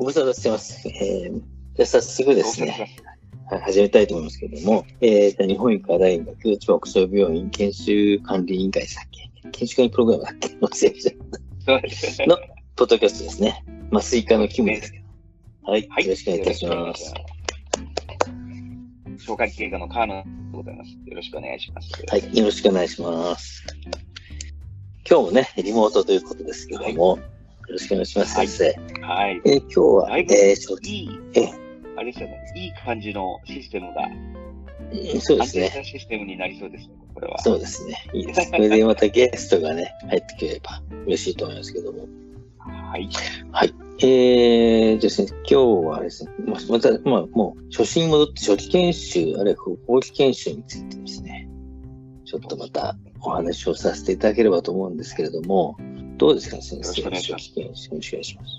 ご無沙汰してます。じゃあ早速ですね、始めたいと思いますけれども、日本医科大学千葉北総病院研修管理委員会だっけ、研修管理プログラムだっけの先生のポッドキャストですね。麻酔科のキムですけど。はい、よろしくお願いいたします。 消化器外科の川野でございます。よろしくお願いします。 はい、よろしくお願いします。今日もね、リモートということですけども、よろしくお願いします、先生。 はい。 今日は、 あれですよね、いい感じのシステムが、 そうですね。 安定したシステムになりそうですね、これは。 そうですね。いいです。これでまたゲストがね、入ってくれれば嬉しいと思いますけども。 はい。 はい。ですね、今日はですね、また、もう、初心に戻って初期研修、あるいは後期研修についてですね、ちょっとまたお話をさせていただければと思うんですけれども、どうですか、先生。初期研修、よろしくお願いします。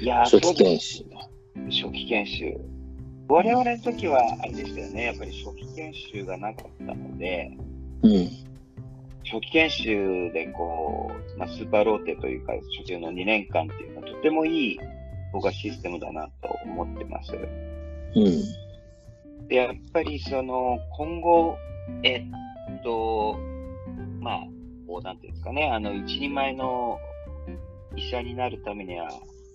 いやー、 初期研修。 初期研修。我々の時は、あれでしたよね、やっぱり初期研修がなかったので、初期研修でこう、スーパーローテというか、初級の2年間っていうのはとてもいい、僕はシステムだなと思ってます。で、やっぱり今後、こうなんていうんですかね、一人前の医者になるためには、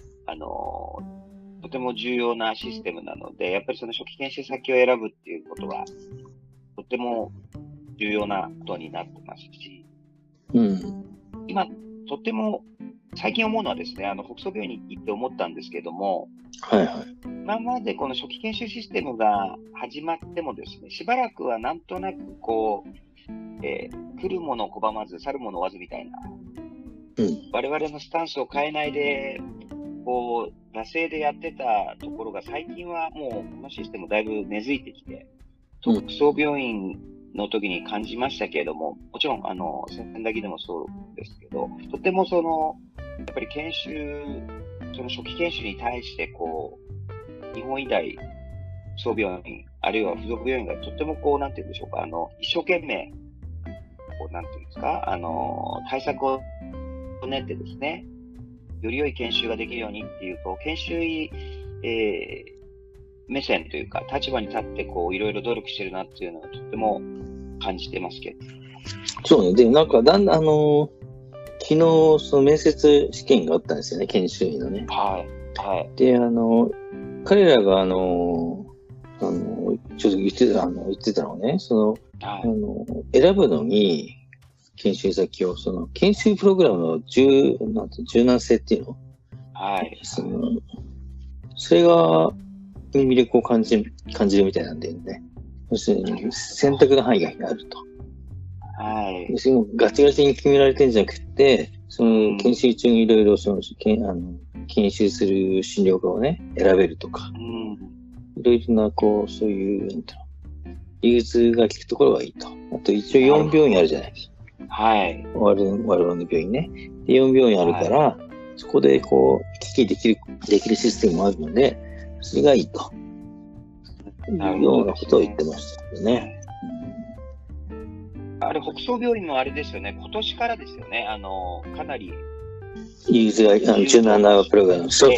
とても重要なシステムなので、やっぱりその初期研修先を選ぶっていうことは、とても重要なことになってますし、今、とても、最近思うのはですね、北総病院に行って思ったんですけども、今までこの初期研修システムが始まってもですね、しばらくはなんとなくこう、来るもの拒まず、去るもの追わずみたいな、我々のスタンスを変えないで、こう、惰性でやってたところが最近はもうこのシステムだいぶ根付いてきて、北総病院の時に感じましたけれども、もちろん千駄木でもそうですけど、とてもやっぱり研修、その初期研修に対してこう、日本医大北総病院、あるいは附属病院がとてもこう、なんて言うんでしょうか、一生懸命、こう、なんて言うんですか、対策を練ってですね、より良い研修ができるようにっていう、こう、研修医、目線というか、立場に立ってこう、いろいろ努力してるなっていうのをとても感じてますけど。 そうね。で、なんか、昨日、その面接試験があったんですよね、研修医のね。で、彼らが、ちょっと言ってたのはね、選ぶのに、研修先を、研修プログラムの柔軟性っていうの、それが、魅力を感じるみたいなんだよね。要するに、選択の範囲があると。要するに、ガチガチに決められてるんじゃなくて、研修中にいろいろ、研修する診療科をね、選べるとか、いろいろな、こう、そういう、融通が効くところがいいと。あと、一応4病院あるじゃないですか。我々の病院ね。で、4病院あるから、そこで、こう、行き来できるシステムもあるので、それがいいと。いうようなことを言ってましたけどね。 あれ、北総病院もあれですよね、今年からですよね、かなり。 融通が、柔軟なプログラム。そう。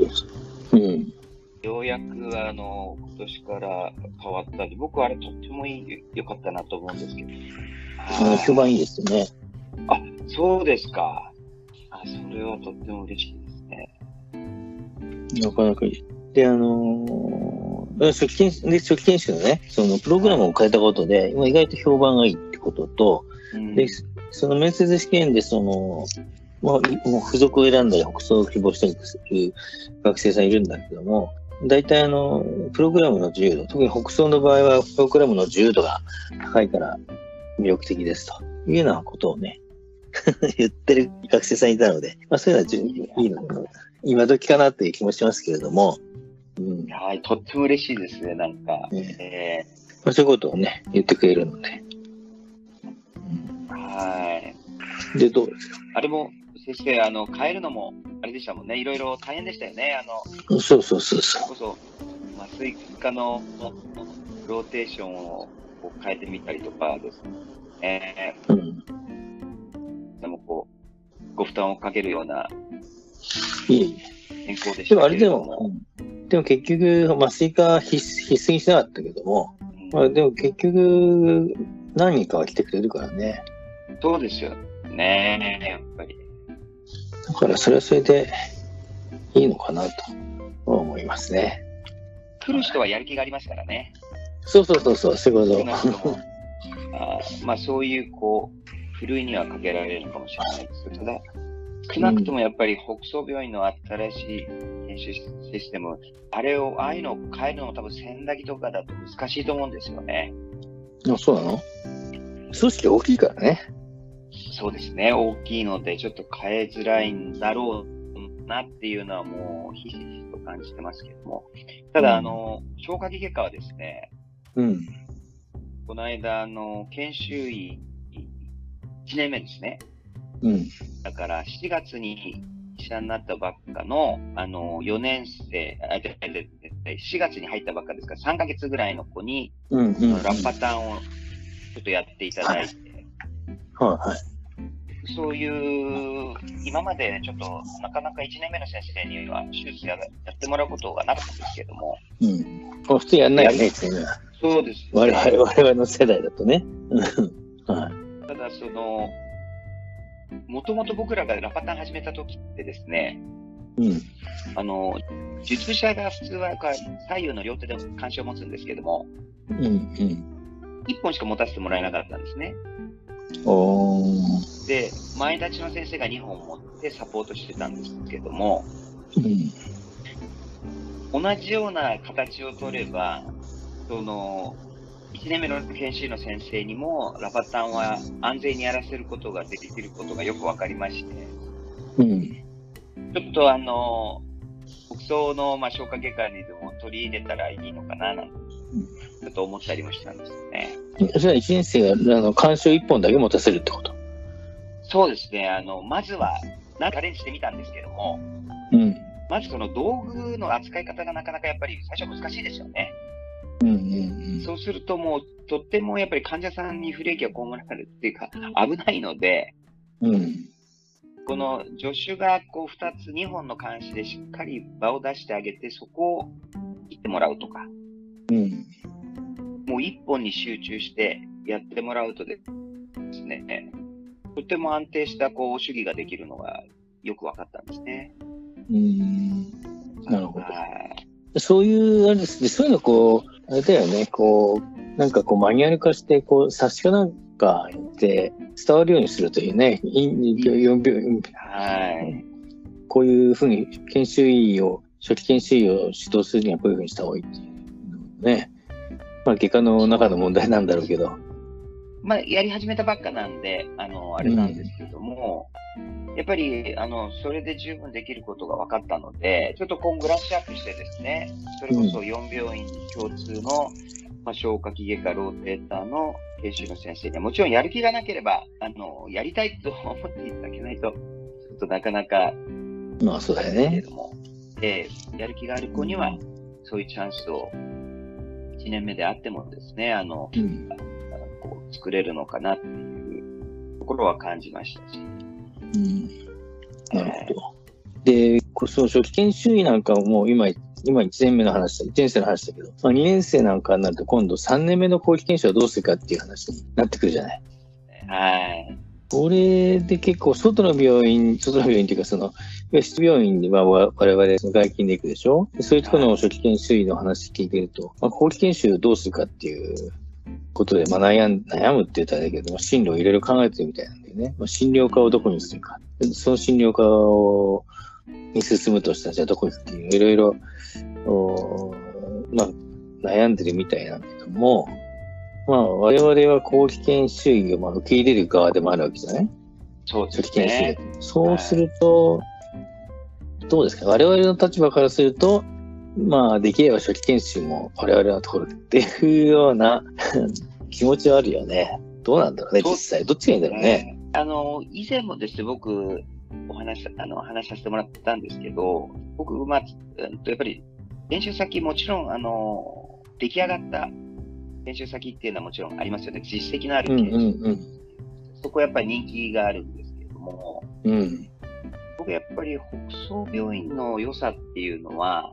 ようやく、今年から変わったんで、僕はあれとっても良かったなと思うんですけど。 評判いいですよね。 あ、そうですか。それはとっても嬉しいですね。 なかなかいい。で、初期研修のね、プログラムを変えたことで、意外と評判がいいってことと、で、その面接試験で、もう付属を選んだり、北総を希望したりする学生さんいるんだけども、大体プログラムの自由度、特に北総の場合は、プログラムの自由度が高いから魅力的ですというようなことをね、言ってる学生さんいたので、そういうのはいいの今時かなという気もしますけれども、 とっても嬉しいですね、なんか。 そういうことをね、言ってくれるので。で、どうですか？ あれも、先生、変えるのも、あれでしたもんね、いろいろ大変でしたよね。 そう。 それこそ、麻酔科のローテーションを変えてみたりとかですね。でもこう、ご負担をかけるような。 健康でしたけれども。 でも結局、麻酔科必須にしなかったけども、でも結局、何人かは来てくれるからね。 そうですよね、やっぱり。 だからそれはそれでいいのかなと思いますね。 来る人はやる気がありますからね。 そういうこと。 そういうふるいにはかけられるのかもしれないですけど、ただ、少なくともやっぱり北総病院の新しい研修システム、ああいうのを変えるのも多分千駄木とかだと難しいと思うんですよね。 そうなの？組織大きいからね。 そうですね、大きいのでちょっと変えづらいんだろうなっていうのはもうひしひしと感じてますけども。ただ、消化器外科はですね、この間、研修医1年目ですね。だから、7月に医者になったばっかの、4年生、4月に入ったばっかですから、3ヶ月ぐらいの子に、ラッパタンをちょっとやっていただいて、そういう、今までちょっと、なかなか1年目の先生には手術やってもらうことがなかったんですけども。 普通やんないよね、1年目は。 そうです、ね。 我々の世代だとね。 ただ、もともと僕らがラパタン始めた時ってですね、術者が普通は左右の両手で鉗子を持つんですけども、1本しか持たせてもらえなかったんですね。で、前立ちの先生が2本持ってサポートしてたんですけども、同じような形を取れば、1年目の研修の先生にもラパタンは安全にやらせることができることがよくわかりまして、ちょっと北総の消化外科にでも取り入れたらいいのかななんて、ちょっと思ったりもしたんですよね。 それは1年生が鉗子を1本だけ持たせるってこと？ そうですね。まずはなんかアレンジしてみたんですけども、まずその道具の扱い方がなかなかやっぱり最初難しいですよね。そうするともうとってもやっぱり患者さんに不利益が被られるっていうか危ないので、この助手が2本の鉗子でしっかり場を出してあげて、そこを切ってもらうとか、もう1本に集中してやってもらうとですね、とても安定した手技ができるのがよく分かったんですね。 なるほど。そういうあれですね、そういうのあれだよね、なんかマニュアル化して、冊子かなんかで伝わるようにするというね、こういうふうに初期研修医を指導するにはこういうふうにした方がいいっていうね。外科の中の問題なんだろうけど。 やり始めたばっかなんで、あれなんですけども、やっぱり、それで十分できることが分かったので、ちょっと今後ブラッシュアップしてですね、それこそ4病院共通の、消化器外科ローテーターの研修の先生には、もちろんやる気がなければ、やりたいと思っていただけないと、ちょっとなかなか、 そうだよね。 やる気がある子には、そういうチャンスを、1年目であってもですね、作れるのかなっていうところは感じましたし。 なるほど。で、その初期研修医なんかも今1年目の話1年生の話だけど、2年生なんかになると今度3年目の後期研修はどうするかっていう話になってくるじゃない。これで結構外の病院っていうか質病院で我々外勤で行くでしょ。そういうところの初期研修医の話聞いてると、後期研修どうするかっていうことで、悩むって言ったらだけど、進路をいろいろ考えてるみたいなんだよね。診療科をどこにするか。その診療科に進むとしたら、じゃあどこにっていう、いろいろ、悩んでるみたいなんだけども、我々は後期研修医を受け入れる側でもあるわけじゃない？ そうですね。 そうすると、どうですか？我々の立場からすると、できれば初期研修も我々は取るっていうような気持ちはあるよね。どうなんだろうね、実際。どっちがいいんだろうね。 以前もですね、僕、話させてもらったんですけど、僕、やっぱり、研修先もちろん、出来上がった研修先っていうのはもちろんありますよね。実績のある研修。そこはやっぱり人気があるんですけれども、 僕やっぱり北総病院の良さっていうのは、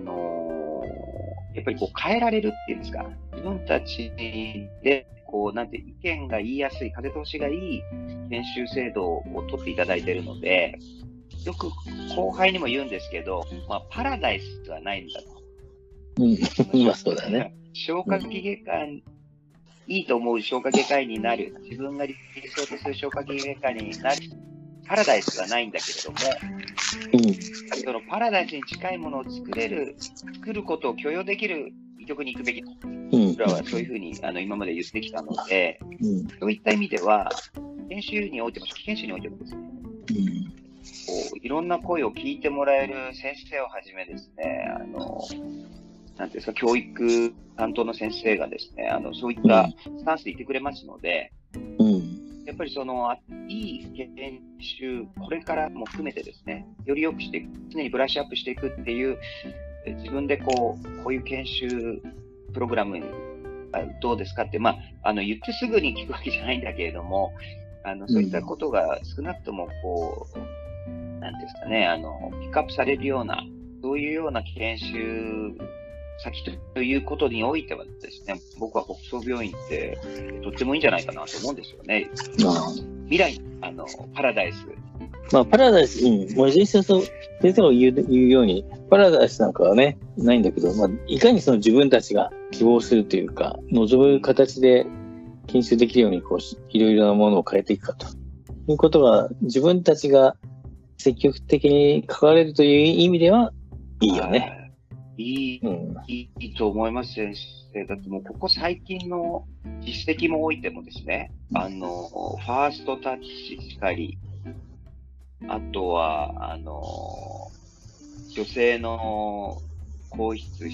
やっぱりこう変えられるっていうんですか、自分たちで、こう、なんて意見が言いやすい、風通しがいい研修制度を取っていただいているので、よく後輩にも言うんですけど、まあ、パラダイスはないんだと。 まあそうだね。 消化器外科、いいと思う消化外科医になる、自分が理想とする消化器外科になる、パラダイスはないんだけれども、そのパラダイスに近いものを作ることを許容できる医局に行くべきと。僕らはそういうふうに今まで言ってきたので、そういった意味では、研修においても、初期研修においてもですね、こういろんな声を聞いてもらえる先生をはじめですね、なんていうんですか、教育担当の先生がですね、そういったスタンスでいてくれますので、やっぱりいい研修、これからも含めてですね、より良くしていく、常にブラッシュアップしていくっていう、自分でこういう研修プログラムどうですかって、まあ、言ってすぐに聞くわけじゃないんだけれども、そういったことが少なくともこう、なんですかね、ピックアップされるような、そういうような研修先ということにおいてはですね、僕は北総病院ってとってもいいんじゃないかなと思うんですよね。未来、パラダイス。 まあ、パラダイス、もう先生が言うように、パラダイスなんかはね、ないんだけど、まあ、いかに自分たちが希望するというか、望む形で研修できるように、こう、いろいろなものを変えていくかということが、自分たちが積極的に関われるという意味では、いいよね。 いいと思います、先生。だってもうここ最近の実績もおいてもですね、ファーストタッチしかり、あとは、女性の更衣室、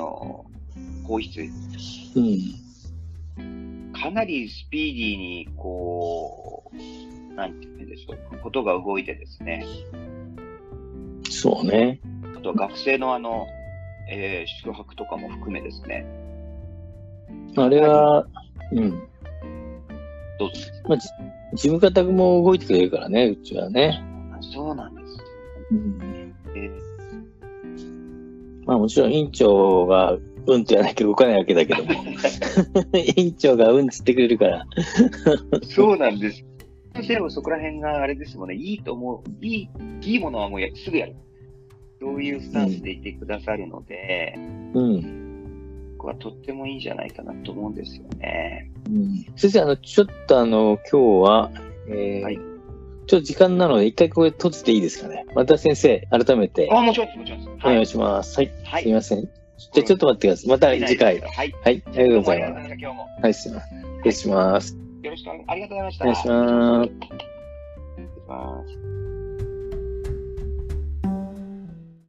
かなりスピーディーに、こう、なんて言うんでしょう、ことが動いてですね。 そうね。 あとは学生の宿泊とかも含めですね。 あれは、 どうぞ。 まあ、事務方も動いてくれるからね、うちはね。 そうなんです。 まあもちろん院長がうんってやらなきゃ動かないわけだけども。院長がうんつってくれるから。 そうなんです。先生もそこら辺があれですもんね、いいと思う。いいものはもうすぐやる。そういうスタンスでいてくださるので、僕はとってもいいんじゃないかなと思うんですよね。 先生、ちょっと今日は、はい、ちょっと時間なので、一回これ閉じていいですかね。また先生、改めて。 もちろんです。 お願いします。はい。すいません。じゃあちょっと待ってください。また次回。はい。ありがとうございます。はい、すいません。失礼します。 よろしくありがとうございました。 お願いします。